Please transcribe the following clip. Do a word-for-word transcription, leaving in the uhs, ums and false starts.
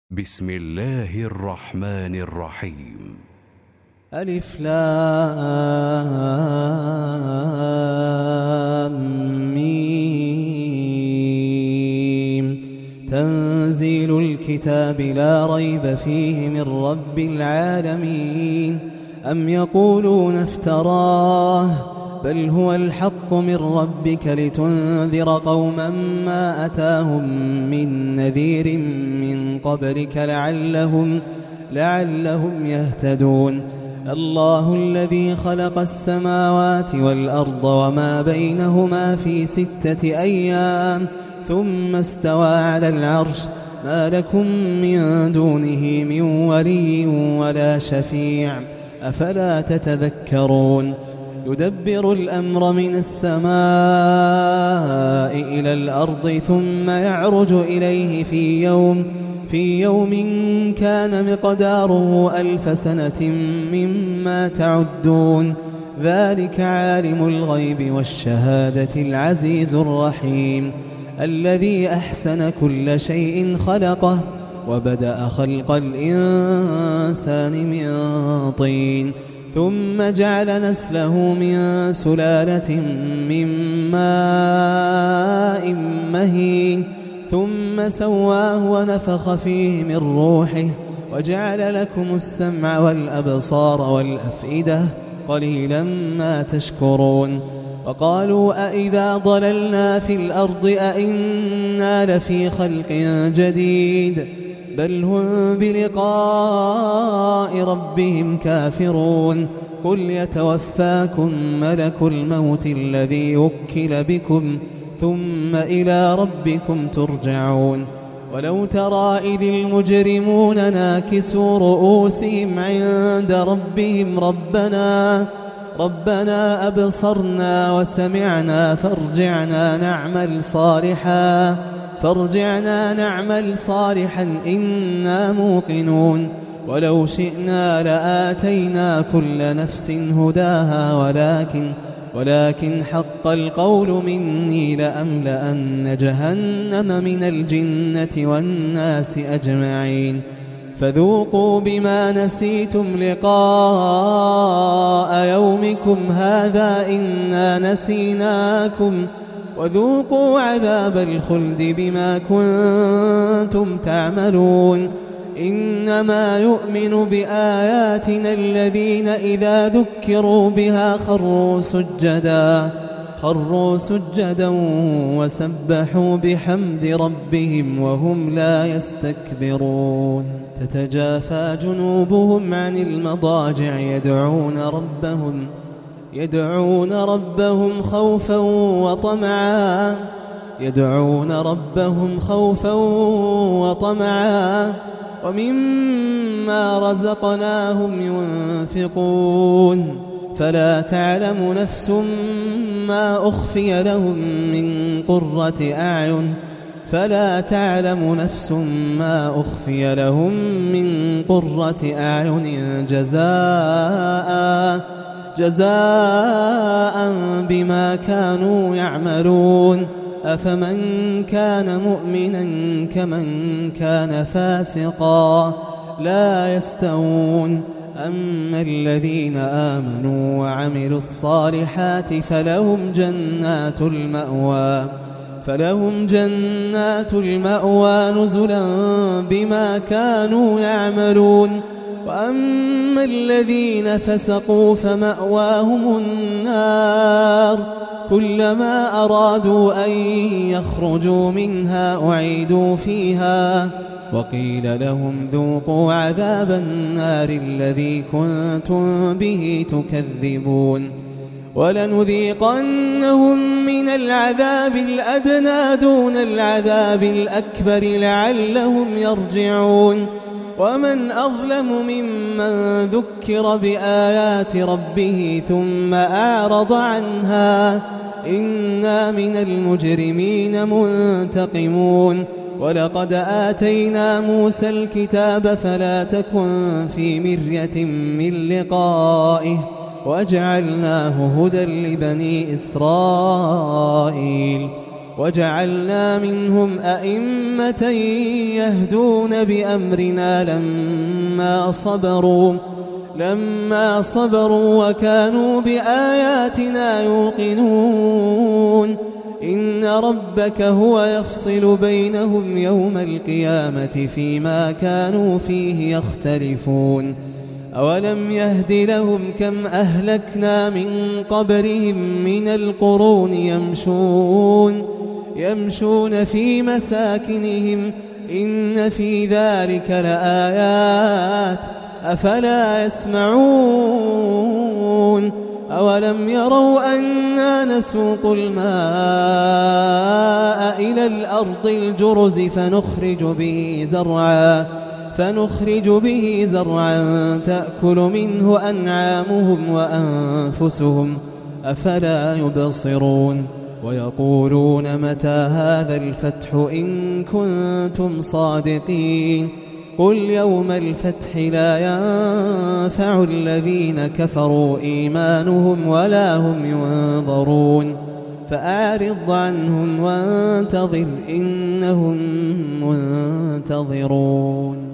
بسم الله الرحمن الرحيم. ألف لام ميم. تنزيل الكتاب لا ريب فيه من رب العالمين. أم يقولون افتراه بل هو الحق من ربك لتنذر قوما ما أتاهم من نذير من قبلك لعلهم, لعلهم يهتدون. الله الذي خلق السماوات والأرض وما بينهما في ستة أيام ثم استوى على العرش ما لكم من دونه من ولي ولا شفيع أفلا تتذكرون. يدبر الأمر من السماء إلى الأرض ثم يعرج إليه في يوم في يوم كان مقداره ألف سنة مما تعدون. ذلك عالم الغيب والشهادة العزيز الرحيم الذي أحسن كل شيء خلقه وبدأ خلق الإنسان من طين ثم جعل نسله من سلالة من ماء مهين ثم سواه ونفخ فيه من روحه وجعل لكم السمع والأبصار والأفئدة قليلا ما تشكرون. وقالوا أئذا ضللنا في الأرض أئنا لفي خلق جديد بل هم بلقاء ربهم كافرون. قل يتوفاكم ملك الموت الذي وكل بكم ثم إلى ربكم ترجعون. ولو ترى إذ المجرمون ناكسوا رؤوسهم عند ربهم ربنا ربنا أبصرنا وسمعنا فارجعنا نعمل صالحا فارجعنا نعمل صالحا إنا موقنون. ولو شئنا لآتينا كل نفس هداها ولكن ولكن حق القول مني لأملأن جهنم من الجنة والناس أجمعين. فذوقوا بما نسيتم لقاء يومكم هذا إنا نسيناكم وذوقوا عذاب الخلد بما كنتم تعملون. إنما يؤمن بآياتنا الذين إذا ذكروا بها خروا سجدا خروا سجدا وسبحوا بحمد ربهم وهم لا يستكبرون. تتجافى جنوبهم عن المضاجع يدعون ربهم يدعون ربهم خوفا وطمعا يدعون ربهم خوفا وطمعا ومما رزقناهم ينفقون. فلا تعلم نفس ما أخفي لهم من قرة أعين فلا تعلم نفس ما أخفي لهم من قرة أعين جزاء جزاء بما كانوا يعملون. أفمن كان مؤمنا كمن كان فاسقا لا يستوون. أما الذين آمنوا وعملوا الصالحات فلهم جنات المأوى فلهم جنات المأوى نزلا بما كانوا يعملون. وأما الذين فسقوا فمأواهم النار كلما أرادوا أن يخرجوا منها أعيدوا فيها وقيل لهم ذوقوا عذاب النار الذي كنتم به تكذبون. ولنذيقنهم من العذاب الأدنى دون العذاب الأكبر لعلهم يرجعون. ومن أظلم ممن ذكر بآيات ربه ثم أعرض عنها إنا من المجرمين منتقمون. ولقد آتينا موسى الكتاب فلا تكن في مرية من لقائه وجعلناه هدى لبني إسرائيل. وجعلنا منهم أئمة يهدون بأمرنا لما صبروا لما صبروا وكانوا بآياتنا يوقنون إن ربك هو يفصل بينهم يوم القيامة فيما كانوا فيه يختلفون أولم يهد لهم كم أهلكنا من قبلهم من القرون يمشون يمشون في مساكنهم إن في ذلك لآيات أفلا يسمعون أولم يروا أنا نسوق الماء إلى الأرض الجرز فنخرج به زرعا فنخرج به زرعا تأكل منه أنعامهم وأنفسهم أفلا يبصرون ويقولون متى هذا الفتح إن كنتم صادقين قل يوم الفتح لا ينفع الذين كفروا إيمانهم ولا هم ينظرون فأعرض عنهم وانتظر إنهم منتظرون.